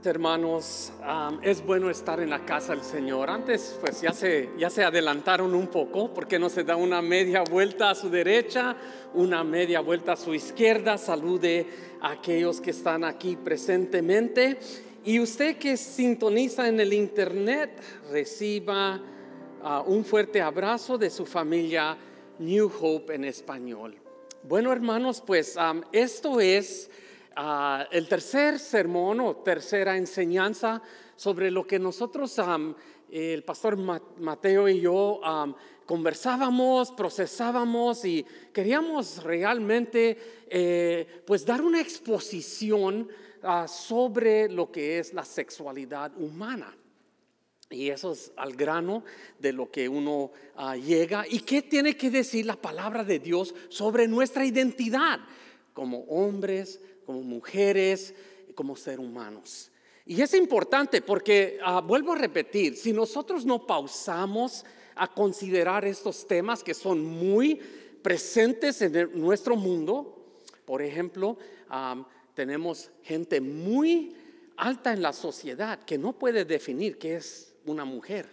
Hermanos, es bueno estar en la casa del Señor. Antes pues ya se adelantaron un poco, porque no se da una media vuelta a su derecha, una media vuelta a su izquierda. Salude a aquellos que están aquí presentemente, y usted que sintoniza en el internet, reciba un fuerte abrazo de su familia New Hope en español. Bueno, hermanos, pues esto es el tercer sermón o tercera enseñanza sobre lo que nosotros, el pastor Mateo y yo, conversábamos, procesábamos y queríamos realmente pues dar una exposición sobre lo que es la sexualidad humana. Y eso es al grano de lo que uno llega. ¿Y qué tiene que decir la palabra de Dios sobre nuestra identidad como hombres, como mujeres, como seres humanos? Y es importante porque, vuelvo a repetir, si nosotros no pausamos a considerar estos temas que son muy presentes en nuestro mundo, por ejemplo, tenemos gente muy alta en la sociedad que no puede definir qué es una mujer.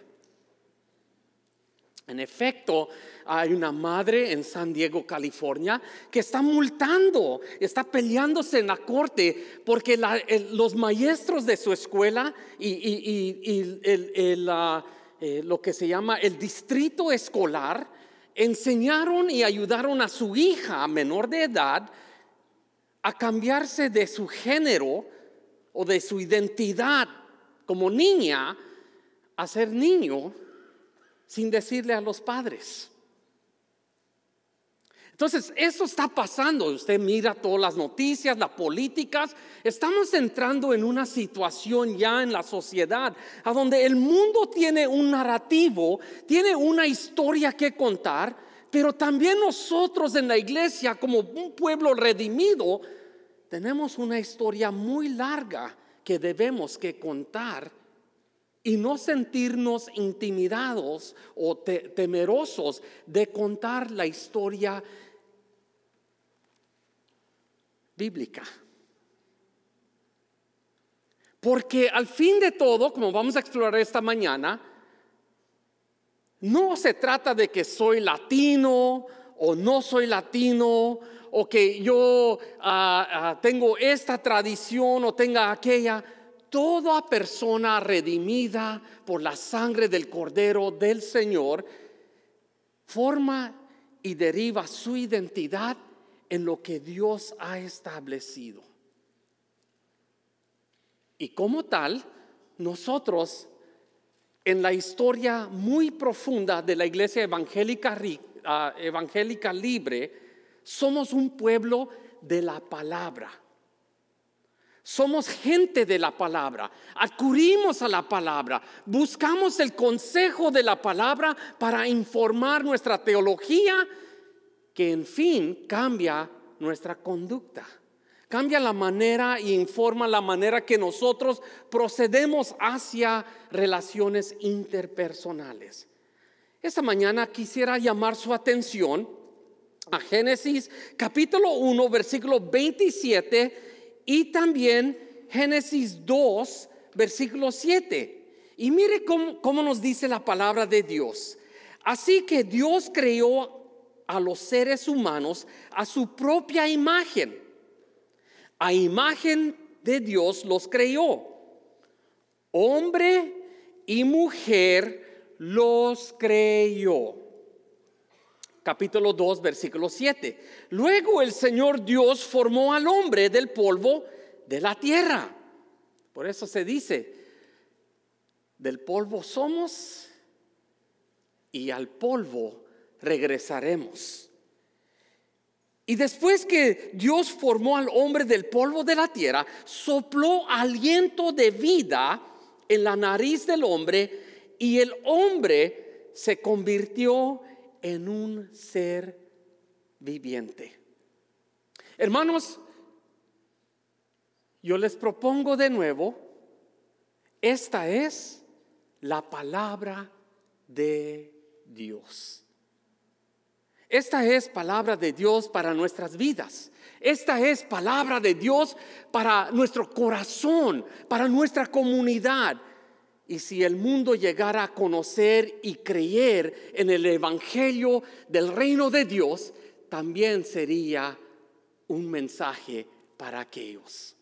En efecto, hay una madre en San Diego, California, que está multando, está peleándose en la corte porque los maestros de su escuela y lo que se llama el distrito escolar enseñaron y ayudaron a su hija menor de edad a cambiarse de su género o de su identidad como niña a ser niño sin decirle a los padres. Entonces, eso está pasando. Usted mira todas las noticias, las políticas. Estamos entrando en una situación ya en la sociedad a donde el mundo tiene un narrativo, tiene una historia que contar, pero también nosotros en la iglesia, como un pueblo redimido, tenemos una historia muy larga que debemos que contar. Y no sentirnos intimidados o temerosos de contar la historia bíblica. Porque al fin de todo, como vamos a explorar esta mañana, no se trata de que soy latino o no soy latino, o que yo tengo esta tradición o tenga aquella. Toda persona redimida por la sangre del Cordero del Señor forma y deriva su identidad en lo que Dios ha establecido. Y como tal, nosotros en la historia muy profunda de la iglesia evangélica libre, somos un pueblo de la palabra. Somos gente de la palabra, acudimos a la palabra, buscamos el consejo de la palabra para informar nuestra teología, que en fin cambia nuestra conducta, cambia la manera e informa la manera que nosotros procedemos hacia relaciones interpersonales. Esta mañana quisiera llamar su atención a Génesis capítulo 1, versículo 27 y también Génesis 2, versículo 7. Y mire cómo nos dice la palabra de Dios. Así que Dios creó a los seres humanos a su propia imagen. A imagen de Dios los creó. Hombre y mujer los creó. Capítulo 2, versículo 7. Luego el Señor Dios formó al hombre del polvo de la tierra. Por eso se dice, del polvo somos y al polvo regresaremos. Y después que Dios formó al hombre del polvo de la tierra, sopló aliento de vida en la nariz del hombre, y el hombre se convirtió en un ser viviente. Hermanos, yo les propongo de nuevo, esta es la palabra de Dios. Esta es palabra de Dios para nuestras vidas. Esta es palabra de Dios para nuestro corazón, para nuestra comunidad. Y si el mundo llegara a conocer y creer en el evangelio del reino de Dios, también sería un mensaje para aquellos.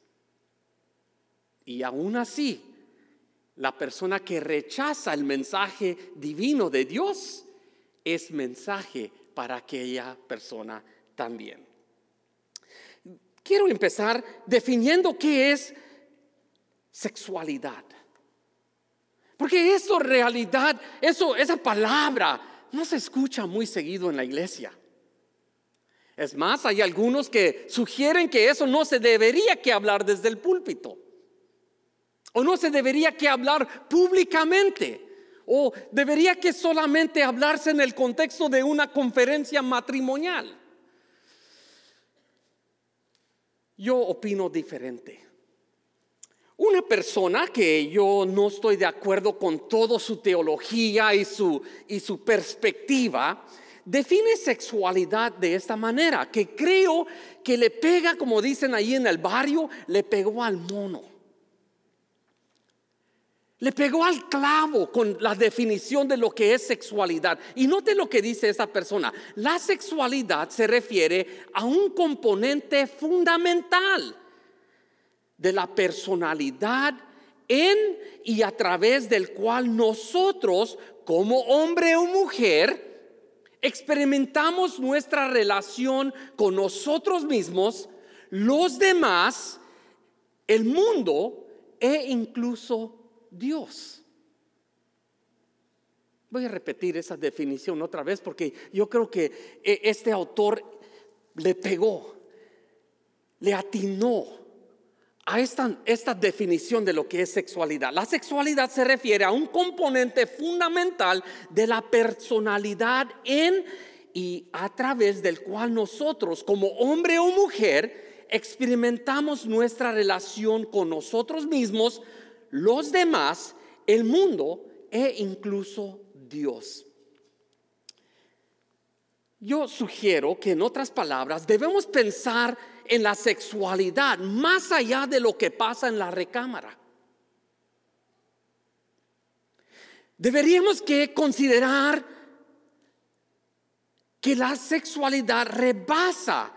Y aún así, la persona que rechaza el mensaje divino de Dios es mensaje para aquella persona también. Quiero empezar definiendo qué es sexualidad. Porque eso en realidad, esa palabra no se escucha muy seguido en la iglesia. Es más, hay algunos que sugieren que eso no se debería que hablar desde el púlpito. O no se debería que hablar públicamente. O debería que solamente hablarse en el contexto de una conferencia matrimonial. Yo opino diferente. Una persona que yo no estoy de acuerdo con toda su teología y su perspectiva, define sexualidad de esta manera, que creo que le pega, como dicen ahí en el barrio, le pegó al mono. Le pegó al clavo con la definición de lo que es sexualidad. Y note lo que dice esa persona. La sexualidad se refiere a un componente fundamental de la personalidad en y a través del cual nosotros, como hombre o mujer, experimentamos nuestra relación con nosotros mismos, los demás, el mundo e incluso Dios. Voy a repetir esa definición otra vez porque yo creo que este autor le pegó, le atinó a esta definición de lo que es sexualidad. La sexualidad se refiere a un componente fundamental de la personalidad en y a través del cual nosotros, como hombre o mujer, experimentamos nuestra relación con nosotros mismos, los demás, el mundo e incluso Dios. Yo sugiero que, en otras palabras, debemos pensar en la sexualidad más allá de lo que pasa en la recámara. Deberíamos que considerar que la sexualidad rebasa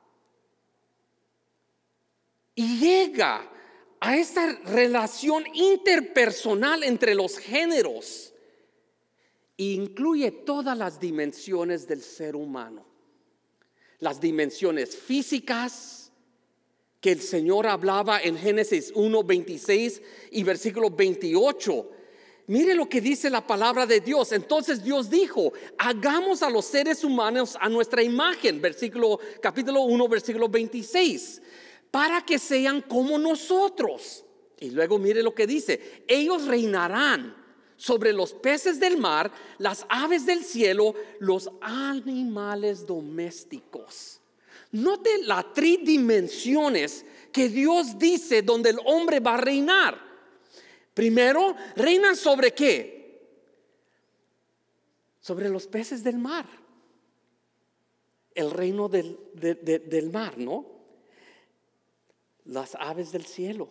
y llega a esta relación interpersonal entre los géneros e incluye todas las dimensiones del ser humano. Las dimensiones físicas que el Señor hablaba en Génesis 1:26 y versículo 28. Mire lo que dice la palabra de Dios. Entonces Dios dijo: hagamos a los seres humanos a nuestra imagen, capítulo 1, versículo 26, para que sean como nosotros. Y luego mire lo que dice: ellos reinarán sobre los peces del mar, las aves del cielo, los animales domésticos. Note las tridimensiones que Dios dice donde el hombre va a reinar. Primero, reina sobre ¿qué? Sobre los peces del mar. El reino del mar, ¿no? Las aves del cielo.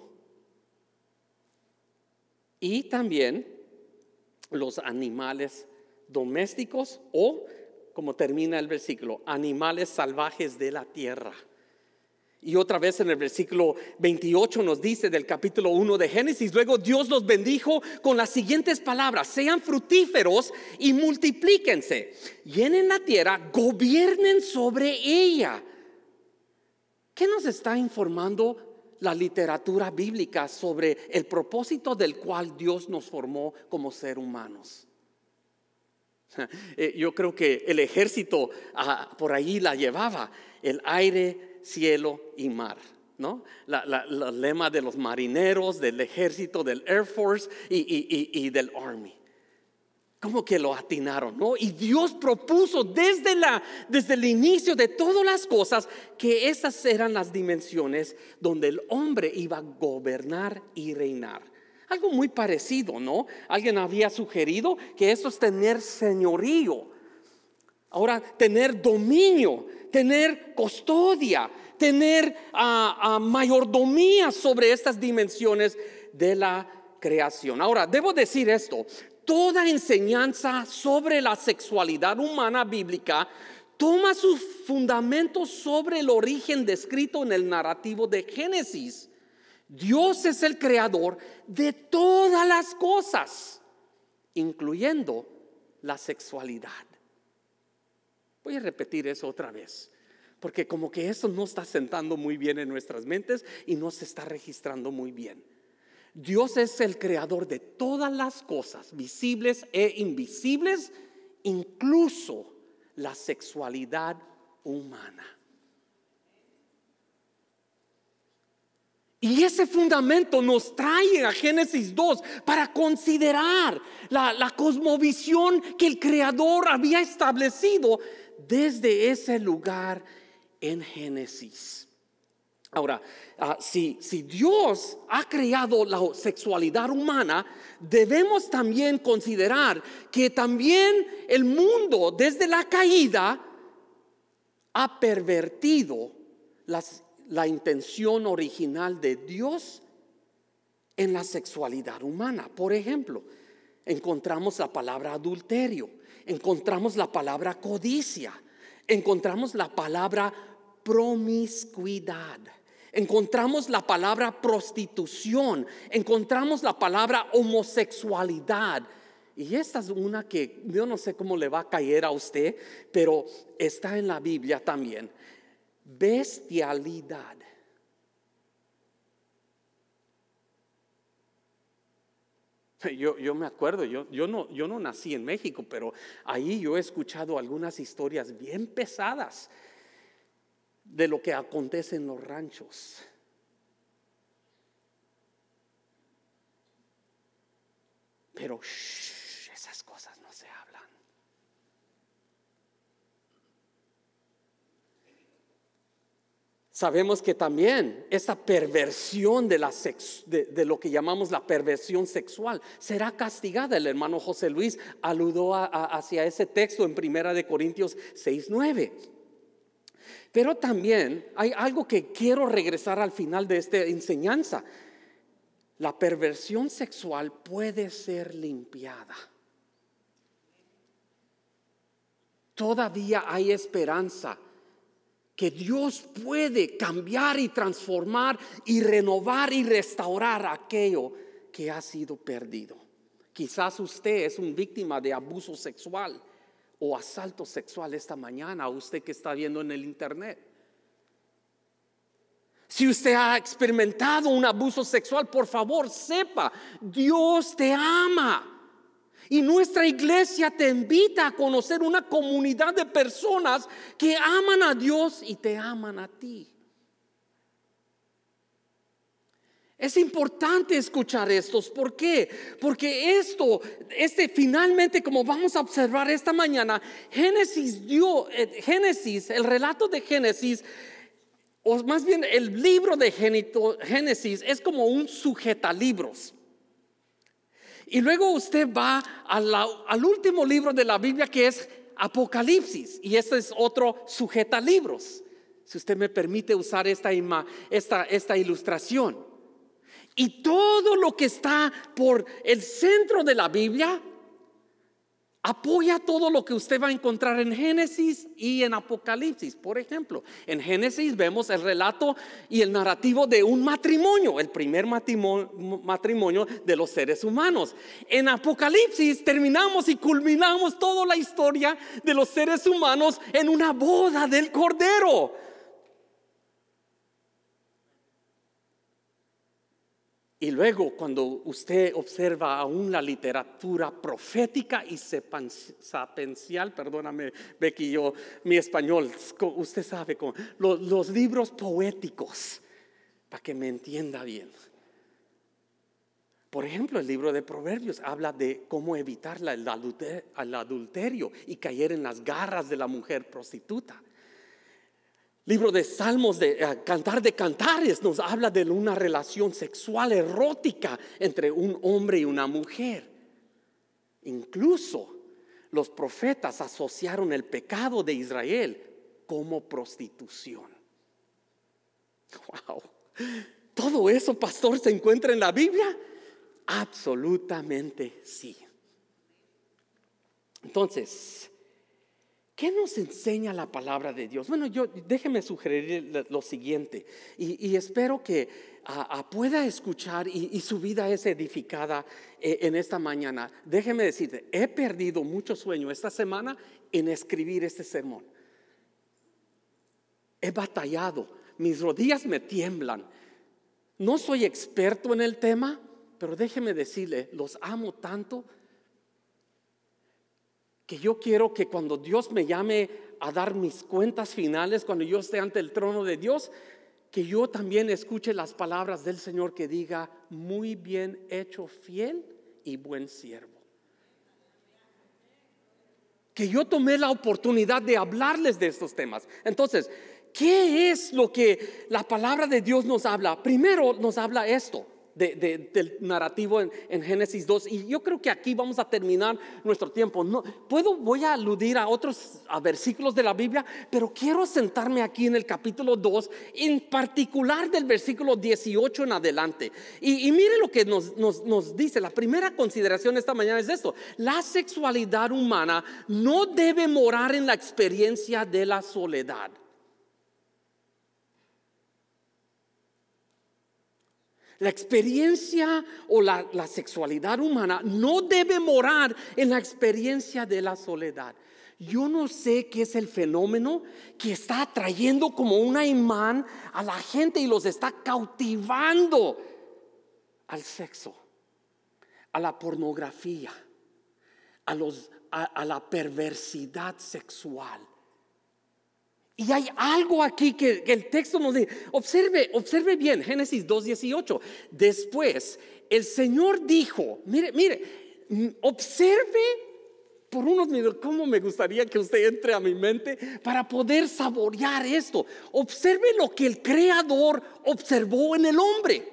Y también los animales domésticos, o como termina el versículo, animales salvajes de la tierra. Y otra vez en el versículo 28 nos dice del capítulo 1 de Génesis: luego Dios los bendijo con las siguientes palabras: sean fructíferos y multiplíquense, llenen la tierra, gobiernen sobre ella. ¿Qué nos está informando la literatura bíblica sobre el propósito del cual Dios nos formó como seres humanos? Yo creo que el ejército por ahí la llevaba: el aire, cielo y mar, ¿no? La lema de los marineros, del ejército, del Air Force y del Army. ¿Cómo que lo atinaron, no? Y Dios propuso desde el inicio de todas las cosas que esas eran las dimensiones donde el hombre iba a gobernar y reinar. Algo muy parecido, ¿no? Alguien había sugerido que eso es tener señorío Ahora, tener dominio, tener custodia, tener mayordomía sobre estas dimensiones de la creación. Ahora, debo decir esto: toda enseñanza sobre la sexualidad humana bíblica toma sus fundamentos sobre el origen descrito en el narrativo de Génesis. Dios es el creador de todas las cosas, incluyendo la sexualidad. Voy a repetir eso otra vez, porque como que eso no está sentando muy bien en nuestras mentes y no se está registrando muy bien. Dios es el creador de todas las cosas, visibles e invisibles, incluso la sexualidad humana. Y ese fundamento nos trae a Génesis 2 para considerar la cosmovisión que el Creador había establecido desde ese lugar en Génesis. Ahora, si Dios ha creado la sexualidad humana, debemos también considerar que también el mundo desde la caída ha pervertido la intención original de Dios en la sexualidad humana. Por ejemplo, encontramos la palabra adulterio, encontramos la palabra codicia, encontramos la palabra promiscuidad, encontramos la palabra prostitución, encontramos la palabra homosexualidad. Y esta es una que yo no sé cómo le va a caer a usted, pero está en la Biblia también. Bestialidad. Yo me acuerdo, yo no nací en México, pero ahí yo he escuchado algunas historias bien pesadas de lo que acontece en los ranchos. Pero esas cosas no se hablan. Sabemos que también esta perversión de lo que llamamos la perversión sexual será castigada. El hermano José Luis aludó hacia ese texto en 1 Corintios 6:9. Pero también hay algo que quiero regresar al final de esta enseñanza. La perversión sexual puede ser limpiada. Todavía hay esperanza que Dios puede cambiar y transformar y renovar y restaurar aquello que ha sido perdido. Quizás usted es una víctima de abuso sexual o asalto sexual esta mañana, usted que está viendo en el internet. Si usted ha experimentado un abuso sexual, por favor sepa, Dios te ama. Y nuestra iglesia te invita a conocer una comunidad de personas que aman a Dios y te aman a ti. Es importante escuchar estos. ¿Por qué? Porque finalmente, como vamos a observar esta mañana, Génesis, el relato de Génesis, o más bien el libro de Génesis, es como un sujetalibros. Y luego usted va al último libro de la Biblia, que es Apocalipsis, y este es otro sujetalibros. Si usted me permite usar esta ilustración. Y todo lo que está por el centro de la Biblia apoya todo lo que usted va a encontrar en Génesis y en Apocalipsis. Por ejemplo, en Génesis vemos el relato y el narrativo de un matrimonio, el primer matrimonio de los seres humanos. En Apocalipsis terminamos y culminamos toda la historia de los seres humanos en una boda del Cordero. Y luego, cuando usted observa aún la literatura profética y sapiencial, perdóname Becky, mi español, usted sabe, los libros poéticos, para que me entienda bien. Por ejemplo, el libro de Proverbios habla de cómo evitar el adulterio y caer en las garras de la mujer prostituta. Libro de Salmos, Cantar de Cantares, nos habla de una relación sexual erótica entre un hombre y una mujer. Incluso los profetas asociaron el pecado de Israel como prostitución. Wow. ¿Todo eso, pastor, se encuentra en la Biblia? Absolutamente sí. Entonces, ¿qué nos enseña la palabra de Dios? Bueno, déjeme sugerir lo siguiente, y espero que pueda escuchar y su vida es edificada en esta mañana. Déjeme decirte, he perdido mucho sueño esta semana en escribir este sermón. He batallado, mis rodillas me tiemblan. No soy experto en el tema, pero déjeme decirle, los amo tanto que yo quiero que cuando Dios me llame a dar mis cuentas finales, cuando yo esté ante el trono de Dios, que yo también escuche las palabras del Señor que diga: muy bien hecho, fiel y buen siervo. Que yo tomé la oportunidad de hablarles de estos temas. Entonces, ¿qué es lo que la palabra de Dios nos habla? Primero nos habla esto del narrativo en Génesis 2, y yo creo que aquí vamos a terminar nuestro tiempo. Voy a aludir a otros versículos de la Biblia, pero quiero sentarme aquí en el capítulo 2, en particular del versículo 18 en adelante. Y mire lo que nos dice. La primera consideración esta mañana es esto: la sexualidad humana no debe morar en la experiencia de la soledad. La experiencia o la sexualidad humana no debe morar en la experiencia de la soledad. Yo no sé qué es el fenómeno que está atrayendo como una imán a la gente y los está cautivando al sexo, a la pornografía, a la perversidad sexual. Y hay algo aquí que el texto nos dice. Observe bien Génesis 2:18. Después el Señor dijo, mire, observe por unos minutos. Cómo me gustaría que usted entre a mi mente para poder saborear esto. Observe lo que el Creador observó en el hombre.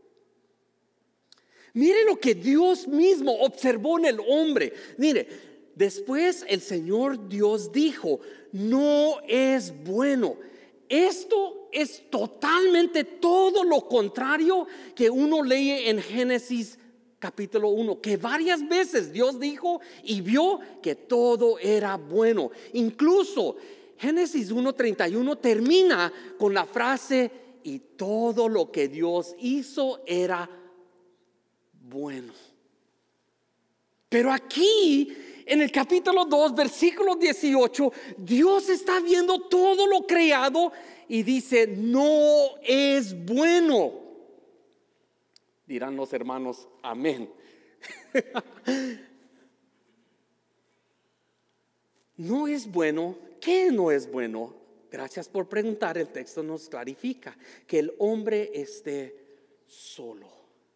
Mire lo que Dios mismo observó en el hombre. Mire, después el Señor Dios dijo: no es bueno. Esto es totalmente todo lo contrario que uno lee en Génesis capítulo 1, que varias veces Dios dijo y vio que todo era bueno. Incluso Génesis 1:31 termina con la frase: y todo lo que Dios hizo era bueno. Pero aquí en el capítulo 2, versículo 18, Dios está viendo todo lo creado y dice: no es bueno. Dirán los hermanos, amén. No es bueno. ¿Qué no es bueno? Gracias por preguntar. El texto nos clarifica que el hombre esté solo.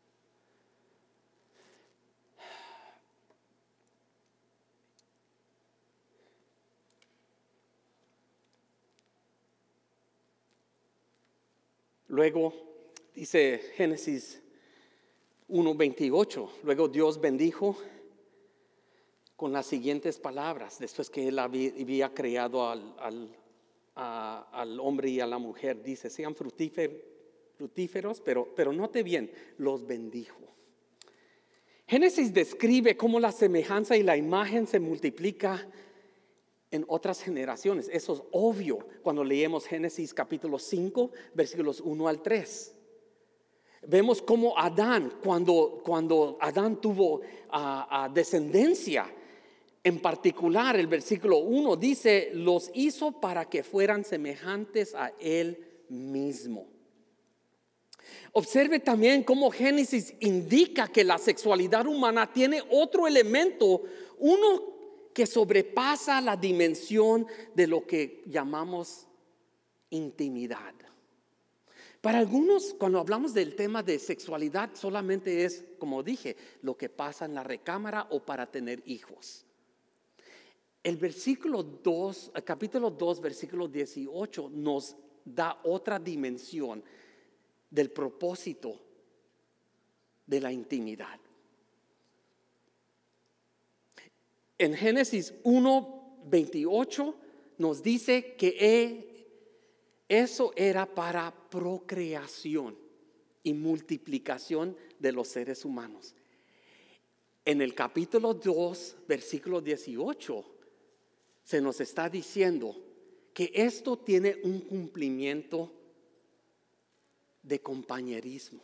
Luego dice Génesis 1:28, luego Dios bendijo con las siguientes palabras, después que Él había creado al hombre y a la mujer. Dice: sean fructíferos, pero note bien, los bendijo. Génesis describe cómo la semejanza y la imagen se multiplica en otras generaciones. Eso es obvio cuando leemos Génesis capítulo 5, versículos 1 al 3. Vemos cómo Adán, cuando Adán tuvo descendencia, en particular el versículo 1 dice: los hizo para que fueran semejantes a él mismo. Observe también cómo Génesis indica que la sexualidad humana tiene otro elemento, uno que sobrepasa la dimensión de lo que llamamos intimidad. Para algunos, cuando hablamos del tema de sexualidad, solamente es, como dije, lo que pasa en la recámara o para tener hijos. El versículo 2, capítulo 2, versículo 18 nos da otra dimensión del propósito de la intimidad. en Génesis 1:28 nos dice que eso era para procreación y multiplicación de los seres humanos. En el capítulo 2, versículo 18, se nos está diciendo que esto tiene un cumplimiento de compañerismo.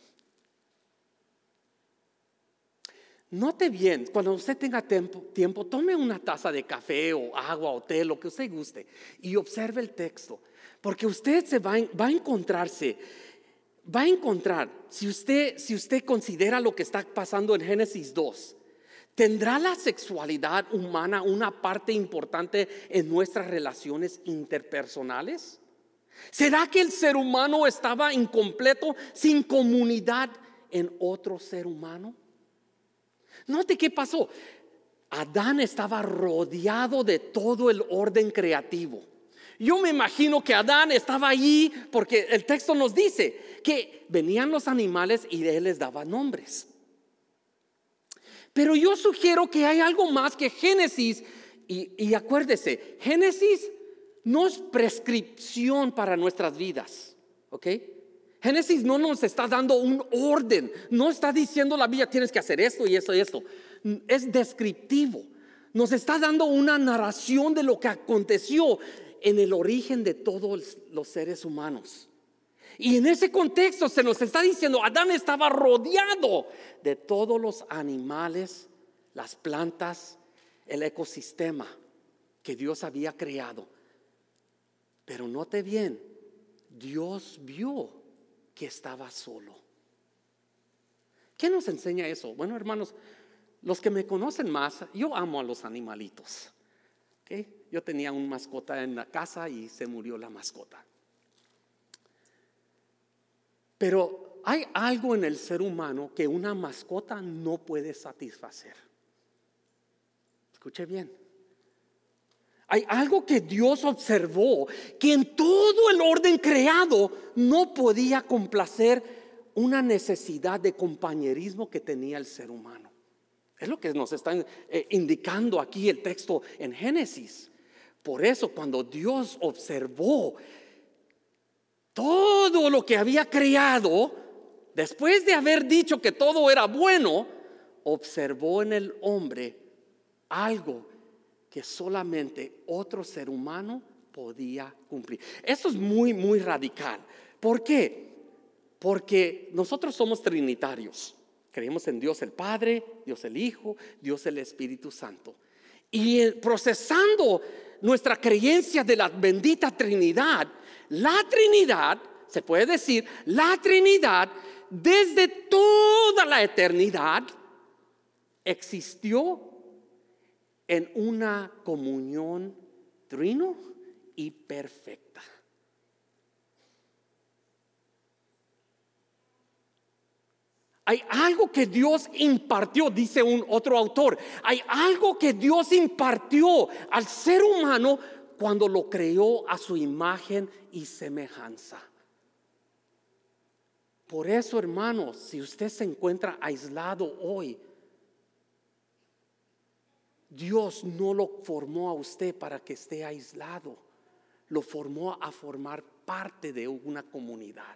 Note bien, cuando usted tenga tiempo, tome una taza de café o agua o té, lo que usted guste, y observe el texto, porque usted va a encontrar, si usted considera lo que está pasando en Génesis 2, ¿tendrá la sexualidad humana una parte importante en nuestras relaciones interpersonales? ¿Será que el ser humano estaba incompleto sin comunidad en otro ser humano? Note qué pasó. Adán estaba rodeado de todo el orden creativo. Yo me imagino que Adán estaba allí porque el texto nos dice que venían los animales y él les daba nombres. Pero yo sugiero que hay algo más que Génesis. Y acuérdese, Génesis no es prescripción para nuestras vidas, ¿ok? Génesis no nos está dando un orden, no está diciendo la Biblia tienes que hacer esto y esto y esto. Es descriptivo, nos está dando una narración de lo que aconteció en el origen de todos los seres humanos. Y en ese contexto se nos está diciendo, Adán estaba rodeado de todos los animales, las plantas, el ecosistema que Dios había creado. Pero note bien, Dios vio que estaba solo. ¿Qué nos enseña eso? Bueno, hermanos, los que me conocen más, yo amo a los animalitos. ¿Okay? Yo tenía un mascota en la casa y se murió la mascota. Pero hay algo en el ser humano que una mascota no puede satisfacer. Escuche bien. Hay algo que Dios observó, que en todo el orden creado no podía complacer una necesidad de compañerismo que tenía el ser humano. Es lo que nos está indicando aquí el texto en Génesis. Por eso cuando Dios observó todo lo que había creado, después de haber dicho que todo era bueno, observó en el hombre algo que solamente otro ser humano podía cumplir. Esto es muy, muy radical. ¿Por qué? Porque nosotros somos trinitarios. Creemos en Dios el Padre, Dios el Hijo, Dios el Espíritu Santo. Y procesando nuestra creencia de la bendita Trinidad, la Trinidad, se puede decir, la Trinidad desde toda la eternidad existió en una comunión trino y perfecta. Hay algo que Dios impartió, dice otro autor. Hay algo que Dios impartió al ser humano cuando lo creó a su imagen y semejanza. Por eso, hermanos, si usted se encuentra aislado hoy, Dios no lo formó a usted para que esté aislado. Lo formó a formar parte de una comunidad.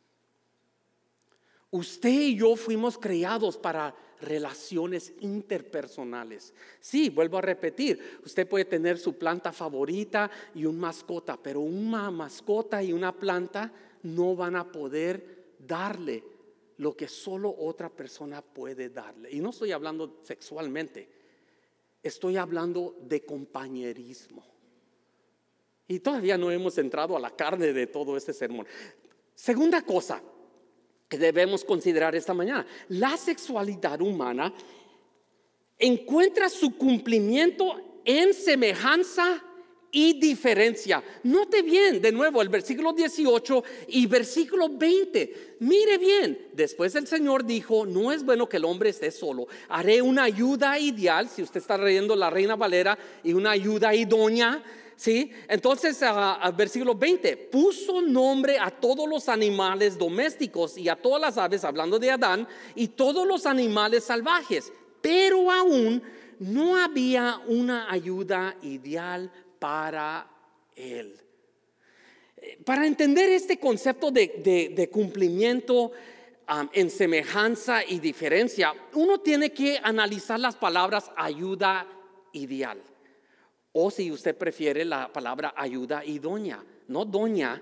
Usted y yo fuimos creados para relaciones interpersonales. Sí, vuelvo a repetir, usted puede tener su planta favorita y una mascota, pero una mascota y una planta no van a poder darle lo que solo otra persona puede darle. Y no estoy hablando sexualmente, estoy hablando de compañerismo. Y todavía no hemos entrado a la carne de todo este sermón. Segunda cosa que debemos considerar esta mañana: la sexualidad humana encuentra su cumplimiento en semejanza y diferencia. Note bien de nuevo el versículo 18 y versículo 20. Mire bien, después el Señor dijo: no es bueno que el hombre esté solo, haré una ayuda ideal. Si usted está leyendo la Reina Valera, y una ayuda idónea, ¿sí? Entonces versículo 20: puso nombre a todos los animales domésticos y a todas las aves, hablando de Adán, y todos los animales salvajes, pero aún no había una ayuda ideal para él. Para entender este concepto de cumplimiento en semejanza y diferencia, uno tiene que analizar las palabras ayuda ideal. O si usted prefiere la palabra ayuda idónea, no doña,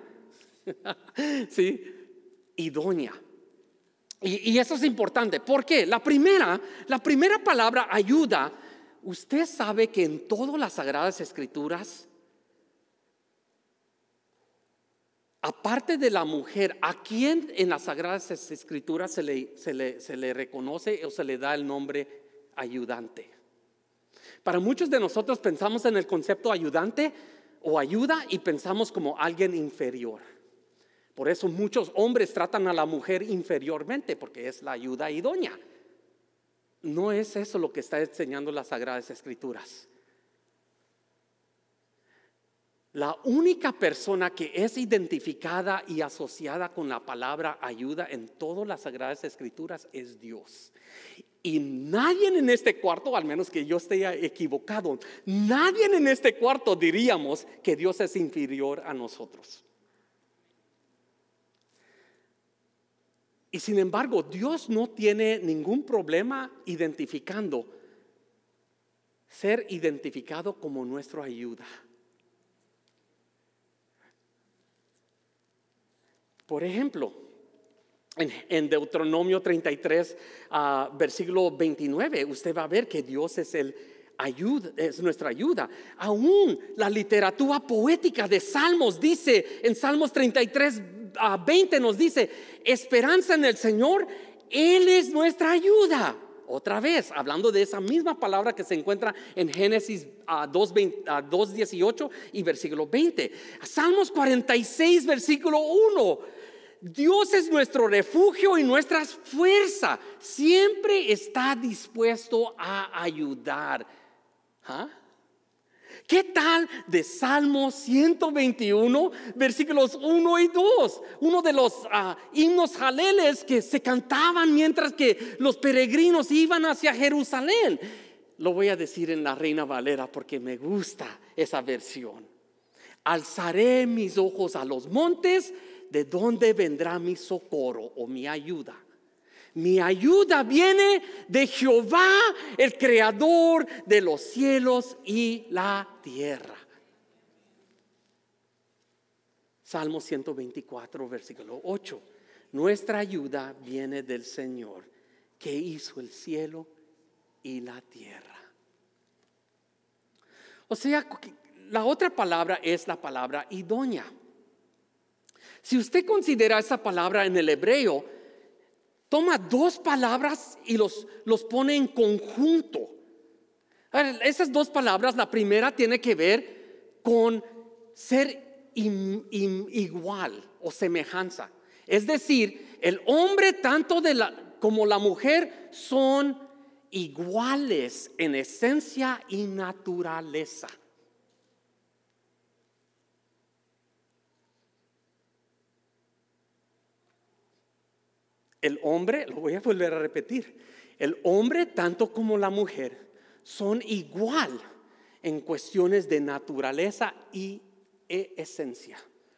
¿sí? Idónea. Y eso es importante. ¿Por qué? La primera palabra ayuda, usted sabe que en todas las Sagradas Escrituras, aparte de la mujer, ¿a quién en las Sagradas Escrituras se le reconoce o se le da el nombre ayudante? Para muchos de nosotros pensamos en el concepto ayudante o ayuda y pensamos como alguien inferior. Por eso muchos hombres tratan a la mujer inferiormente, porque es la ayuda idónea. No es eso lo que está enseñando las Sagradas Escrituras. La única persona que es identificada y asociada con la palabra ayuda en todas las Sagradas Escrituras es Dios. Y nadie en este cuarto, al menos que yo esté equivocado, nadie en este cuarto diríamos que Dios es inferior a nosotros. Y sin embargo, Dios no tiene ningún problema ser identificado como nuestra ayuda. Por ejemplo, en Deuteronomio 33, versículo 29, usted va a ver que Dios es nuestra ayuda. Aún la literatura poética de Salmos dice, en Salmos 33, 20 nos dice, esperanza en el Señor, Él es nuestra ayuda. Otra vez, hablando de esa misma palabra que se encuentra en Génesis 2:18 y versículo 20. Salmos 46, versículo 1. Dios es nuestro refugio y nuestra fuerza. Siempre está dispuesto a ayudar. ¿Qué tal de Salmos 121, versículos 1 y 2? Uno de los himnos jaleles que se cantaban mientras que los peregrinos iban hacia Jerusalén. Lo voy a decir en la Reina Valera porque me gusta esa versión. Alzaré mis ojos a los montes, ¿de dónde vendrá mi socorro o mi ayuda? Mi ayuda viene de Jehová, el creador de los cielos y la tierra. Salmo 124, versículo 8. Nuestra ayuda viene del Señor, que hizo el cielo y la tierra. O sea, la otra palabra es la palabra idónea. Si usted considera esa palabra en el hebreo, toma dos palabras y los pone en conjunto. Esas dos palabras, la primera tiene que ver con ser igual o semejanza. Es decir, el hombre tanto como la mujer son iguales en esencia y naturaleza. El hombre, lo voy a volver a repetir, el hombre tanto como la mujer son igual en cuestiones de naturaleza y esencia.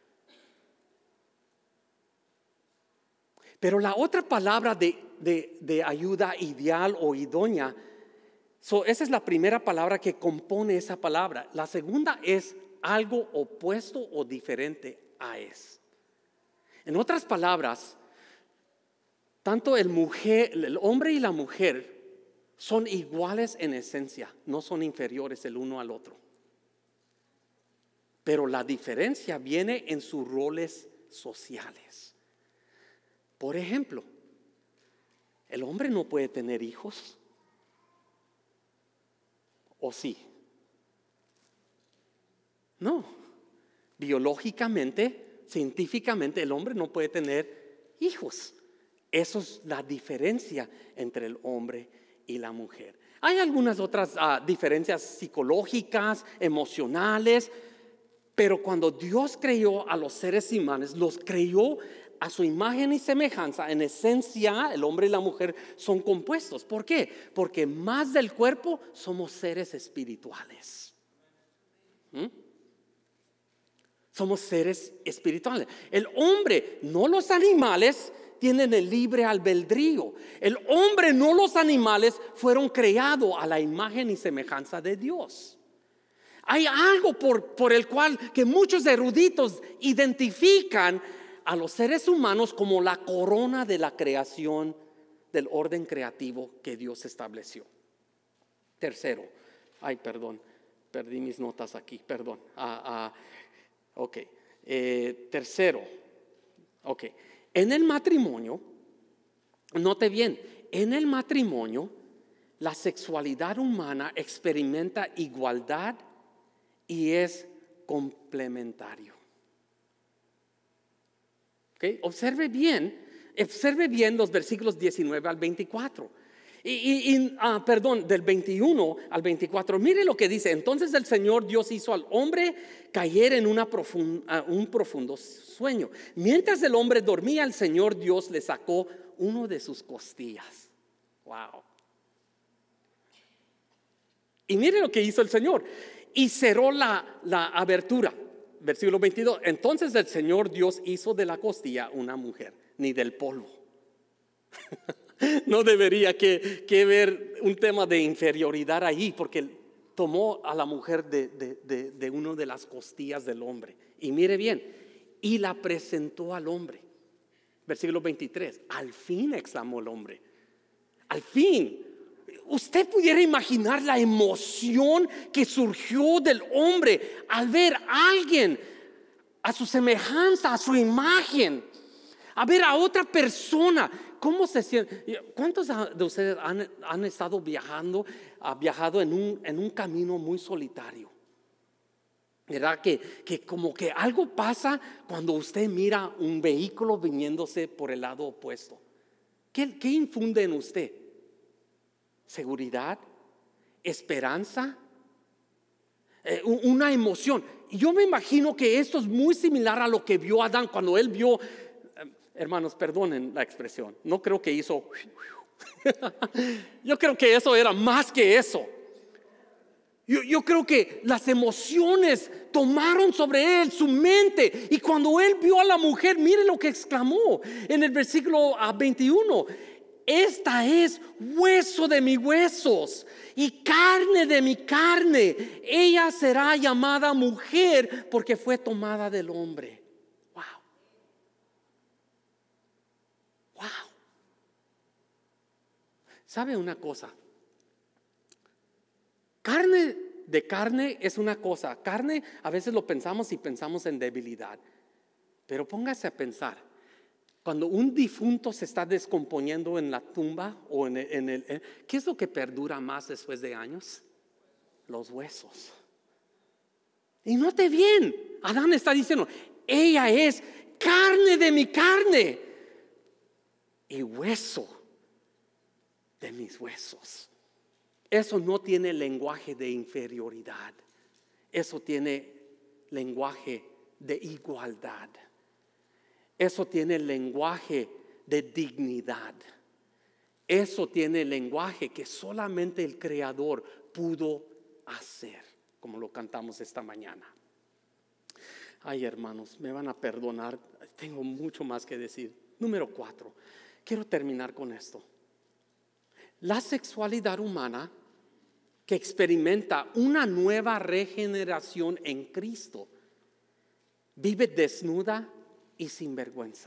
Pero la otra palabra de ayuda ideal o idónea, esa es la primera palabra que compone esa palabra. La segunda es algo opuesto o diferente a eso. En otras palabras, tanto el hombre y la mujer son iguales en esencia, no son inferiores el uno al otro. Pero la diferencia viene en sus roles sociales. Por ejemplo, el hombre no puede tener hijos, ¿o sí? No, biológicamente, científicamente, el hombre no puede tener hijos. Eso es la diferencia entre el hombre y la mujer. Hay algunas otras diferencias psicológicas, emocionales, pero cuando Dios creó a los seres humanos, los creó a su imagen y semejanza, en esencia, el hombre y la mujer son compuestos. ¿Por qué? Porque más del cuerpo somos seres espirituales. Somos seres espirituales. El hombre, no los animales, tienen el libre albedrío. El hombre, no los animales, fueron creados a la imagen y semejanza de Dios. Hay algo por el cual que muchos eruditos identifican a los seres humanos como la corona de la creación, del orden creativo que Dios estableció. Tercero, perdí mis notas aquí, perdón. Ok, tercero, ok. En el matrimonio, note bien, en el matrimonio la sexualidad humana experimenta igualdad y es complementario. Okay. Observe bien los versículos 19 al 24. Del 21 al 24. Mire lo que dice. Entonces el Señor Dios hizo al hombre caer en un profundo sueño. Mientras el hombre dormía, el Señor Dios le sacó uno de sus costillas. Wow. Y mire lo que hizo el Señor. Y cerró la abertura. Versículo 22. Entonces el Señor Dios hizo de la costilla una mujer, ni del polvo. No debería que ver un tema de inferioridad ahí, porque tomó a la mujer de una de las costillas del hombre. Y mire bien, y la presentó al hombre. Versículo 23. Al fin, exclamó el hombre. Al fin. Usted pudiera imaginar la emoción que surgió del hombre al ver a alguien a su semejanza, a su imagen, a ver a otra persona. ¿Cómo se siente? ¿Cuántos de ustedes han estado viajado en un camino muy solitario? ¿Verdad? Que como que algo pasa cuando usted mira un vehículo viniéndose por el lado opuesto. ¿Qué infunde en usted? Seguridad, esperanza, una emoción. Yo me imagino que esto es muy similar a lo que vio Adán cuando él vio, hermanos, perdonen la expresión, no creo que hizo yo creo que eso era más que eso. Yo creo que las emociones tomaron sobre él su mente, y cuando él vio a la mujer, mire lo que exclamó en el versículo 21. Esta es hueso de mis huesos y carne de mi carne. Ella será llamada mujer porque fue tomada del hombre. Wow. Wow. ¿Sabe una cosa? Carne de carne es una cosa. Carne a veces lo pensamos y pensamos en debilidad. Pero póngase a pensar. Cuando un difunto se está descomponiendo en la tumba o ¿qué es lo que perdura más después de años? Los huesos. Y note bien, Adán está diciendo, ella es carne de mi carne y hueso de mis huesos. Eso no tiene lenguaje de inferioridad. Eso tiene lenguaje de igualdad. Eso tiene lenguaje de dignidad. Eso tiene lenguaje que solamente el Creador pudo hacer, como lo cantamos esta mañana. Ay, hermanos, me van a perdonar, tengo mucho más que decir. Número 4, quiero terminar con esto. La sexualidad humana que experimenta una nueva regeneración en Cristo vive desnuda y sin vergüenza.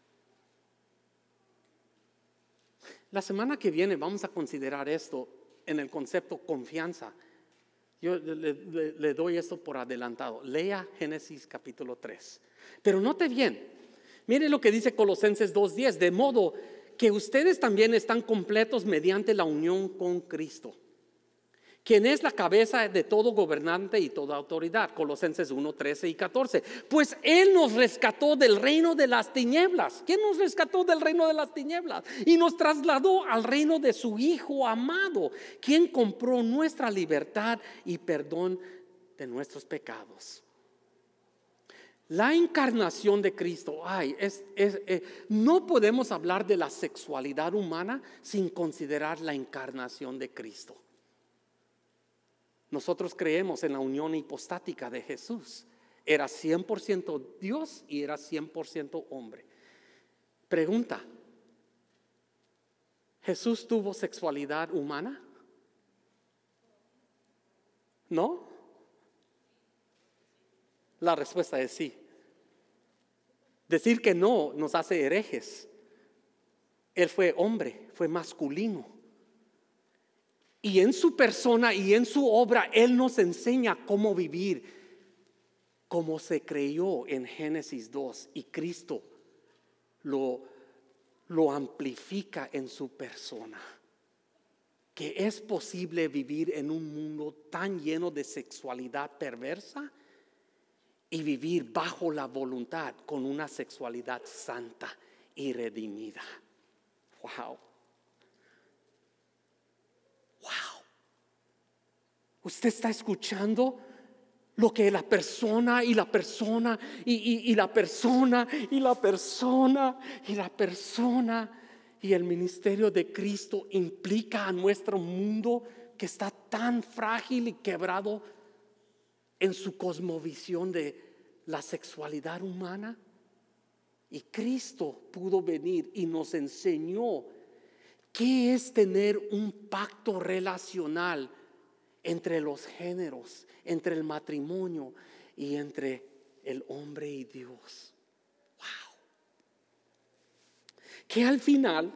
La semana que viene vamos a considerar esto en el concepto confianza. Yo le doy esto por adelantado. Lea Génesis capítulo 3. Pero note bien, mire lo que dice Colosenses 2:10. De modo que ustedes también están completos mediante la unión con Cristo, quien es la cabeza de todo gobernante y toda autoridad. Colosenses 1:13 y 14. Pues Él nos rescató del reino de las tinieblas. ¿Quién nos rescató del reino de las tinieblas? Y nos trasladó al reino de su Hijo amado, quien compró nuestra libertad y perdón de nuestros pecados. La encarnación de Cristo, no podemos hablar de la sexualidad humana sin considerar la encarnación de Cristo. Nosotros creemos en la unión hipostática de Jesús. Era 100% Dios y era 100% hombre. Pregunta: ¿Jesús tuvo sexualidad humana? ¿No? La respuesta es sí. Decir que no nos hace herejes. Él fue hombre, fue masculino. Y en su persona y en su obra, Él nos enseña cómo vivir, como se creyó en Génesis 2. Y Cristo lo amplifica en su persona. Que es posible vivir en un mundo tan lleno de sexualidad perversa y vivir bajo la voluntad con una sexualidad santa y redimida. Wow. Wow. ¿Usted está escuchando lo que la persona y la persona y la persona y la persona y la persona y el ministerio de Cristo implica a nuestro mundo que está tan frágil y quebrado en su cosmovisión de la sexualidad humana? Y Cristo pudo venir y nos enseñó qué es tener un pacto relacional entre los géneros, entre el matrimonio y entre el hombre y Dios. Wow. Que al final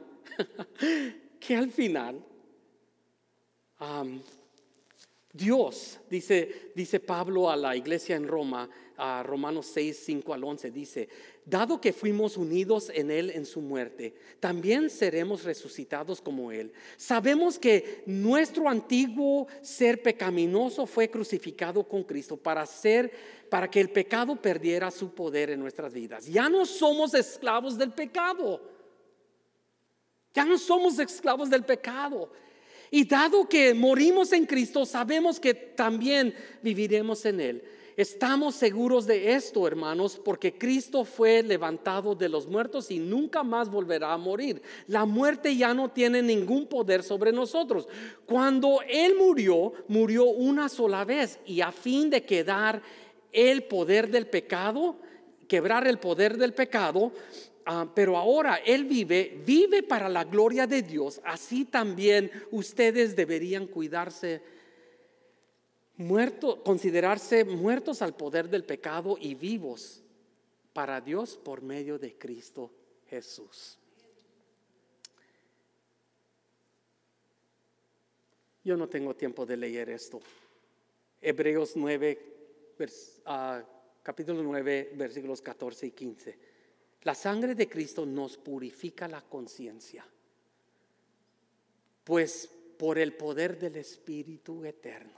Dios, dice Pablo a la iglesia en Roma, a Romanos 6, 5 al 11, dice: dado que fuimos unidos en Él en su muerte, también seremos resucitados como Él. Sabemos que nuestro antiguo ser pecaminoso fue crucificado con Cristo para que el pecado perdiera su poder en nuestras vidas. Ya no somos esclavos del pecado. Ya no somos esclavos del pecado. Y dado que morimos en Cristo, sabemos que también viviremos en Él. Estamos seguros de esto, hermanos, porque Cristo fue levantado de los muertos y nunca más volverá a morir. La muerte ya no tiene ningún poder sobre nosotros. Cuando Él murió una sola vez, y a fin de quebrar el poder del pecado, pero ahora Él vive para la gloria de Dios. Así también ustedes deberían considerarse muertos al poder del pecado y vivos para Dios por medio de Cristo Jesús. Yo no tengo tiempo de leer esto. Hebreos 9, capítulo 9, versículos 14 y 15. La sangre de Cristo nos purifica la conciencia, pues por el poder del Espíritu eterno.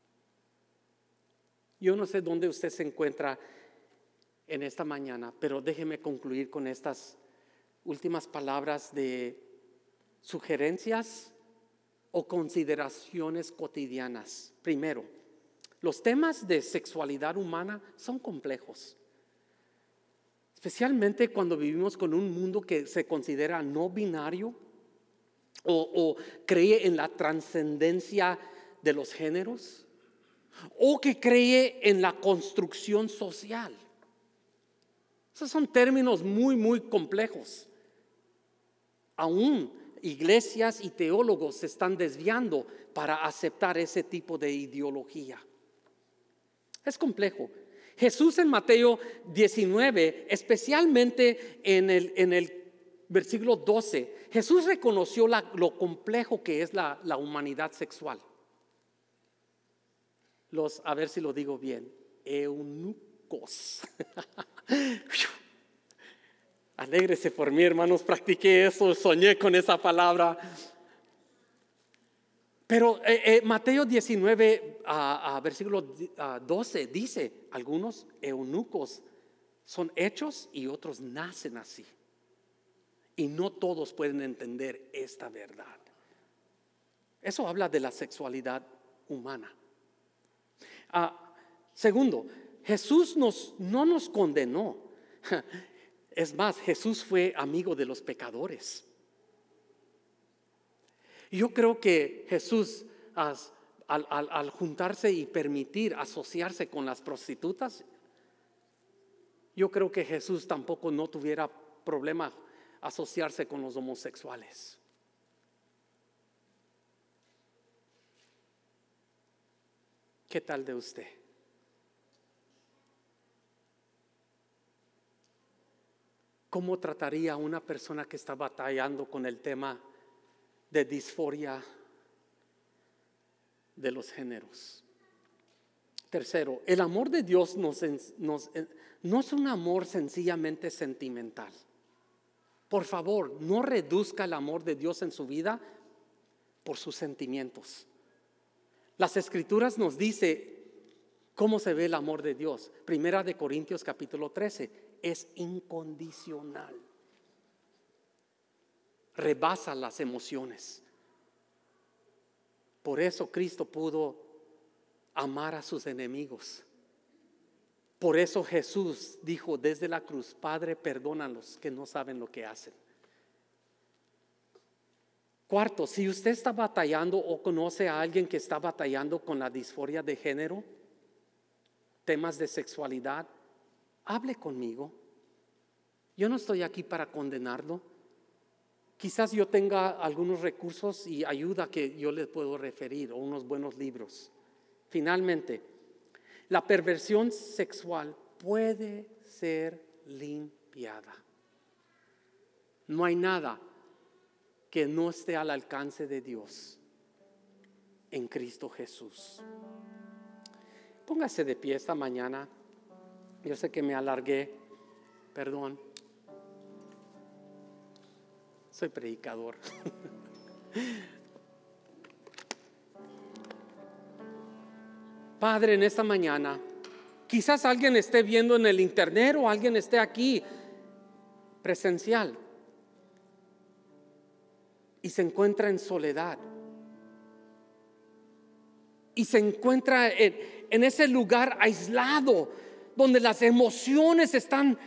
Yo no sé dónde usted se encuentra en esta mañana, pero déjeme concluir con estas últimas palabras de sugerencias o consideraciones cotidianas. Primero, los temas de sexualidad humana son complejos, especialmente cuando vivimos con un mundo que se considera no binario o cree en la trascendencia de los géneros, o que cree en la construcción social. Esos son términos muy, muy complejos. Aún iglesias y teólogos se están desviando para aceptar ese tipo de ideología. Es complejo. Jesús en Mateo 19, especialmente en el versículo 12, Jesús reconoció lo complejo que es la humanidad sexual. A ver si lo digo bien, eunucos. Alégrese por mí, hermanos, practiqué eso, soñé con esa palabra. Pero Mateo 19, versículo 12 dice: algunos eunucos son hechos y otros nacen así. Y no todos pueden entender esta verdad. Eso habla de la sexualidad humana. Segundo, Jesús no nos condenó. Es más, Jesús fue amigo de los pecadores. Yo creo que Jesús, al juntarse y permitir asociarse con las prostitutas, yo creo que Jesús tampoco no tuviera problema asociarse con los homosexuales. ¿Qué tal de usted? ¿Cómo trataría a una persona que está batallando con el tema de disforia de los géneros? Tercero, el amor de Dios no es un amor sencillamente sentimental. Por favor, no reduzca el amor de Dios en su vida por sus sentimientos. Las Escrituras nos dice cómo se ve el amor de Dios. Primera de Corintios capítulo 13, es incondicional. Rebasa las emociones. Por eso Cristo pudo amar a sus enemigos. Por eso Jesús dijo desde la cruz: Padre, perdónalos, que no saben lo que hacen. Cuarto, si usted está batallando o conoce a alguien que está batallando con la disforia de género, temas de sexualidad, hable conmigo. Yo no estoy aquí para condenarlo. Quizás yo tenga algunos recursos y ayuda que yo les puedo referir, o unos buenos libros. Finalmente, la perversión sexual puede ser limpiada. No hay nada que no esté al alcance de Dios en Cristo Jesús. Póngase de pie esta mañana. Yo sé que me alargué, perdón. Soy predicador. Padre, en esta mañana, quizás alguien esté viendo en el internet o alguien esté aquí presencial y se encuentra en soledad y se encuentra en ese lugar aislado donde las emociones están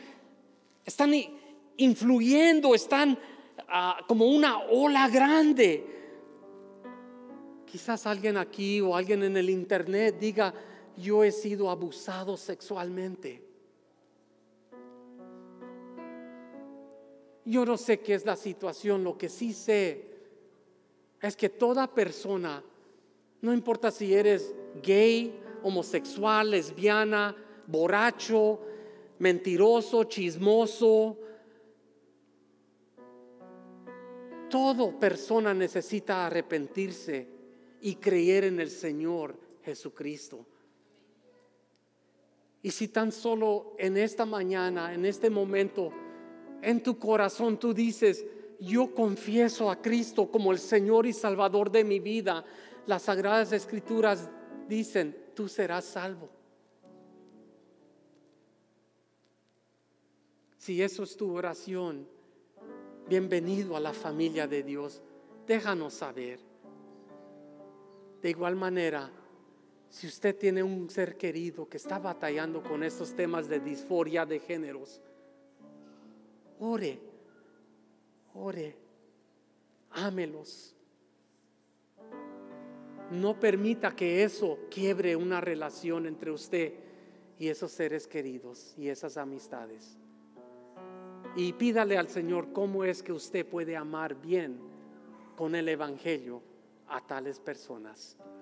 influyendo, están como una ola grande. Quizás alguien aquí o alguien en el internet diga: yo he sido abusado sexualmente. Yo no sé qué es la situación. Lo que sí sé es que toda persona, no importa si eres gay, homosexual, lesbiana, borracho, mentiroso, chismoso, toda persona necesita arrepentirse y creer en el Señor Jesucristo. Y si tan solo en esta mañana, en este momento, en tu corazón tú dices: yo confieso a Cristo como el Señor y Salvador de mi vida, las Sagradas Escrituras dicen: tú serás salvo. Si eso es tu oración, bienvenido a la familia de Dios. Déjanos saber. De igual manera, si usted tiene un ser querido que está batallando con estos temas de disforia de géneros, ore, ámelos. No permita que eso quiebre una relación entre usted y esos seres queridos y esas amistades. Y pídale al Señor cómo es que usted puede amar bien con el Evangelio a tales personas.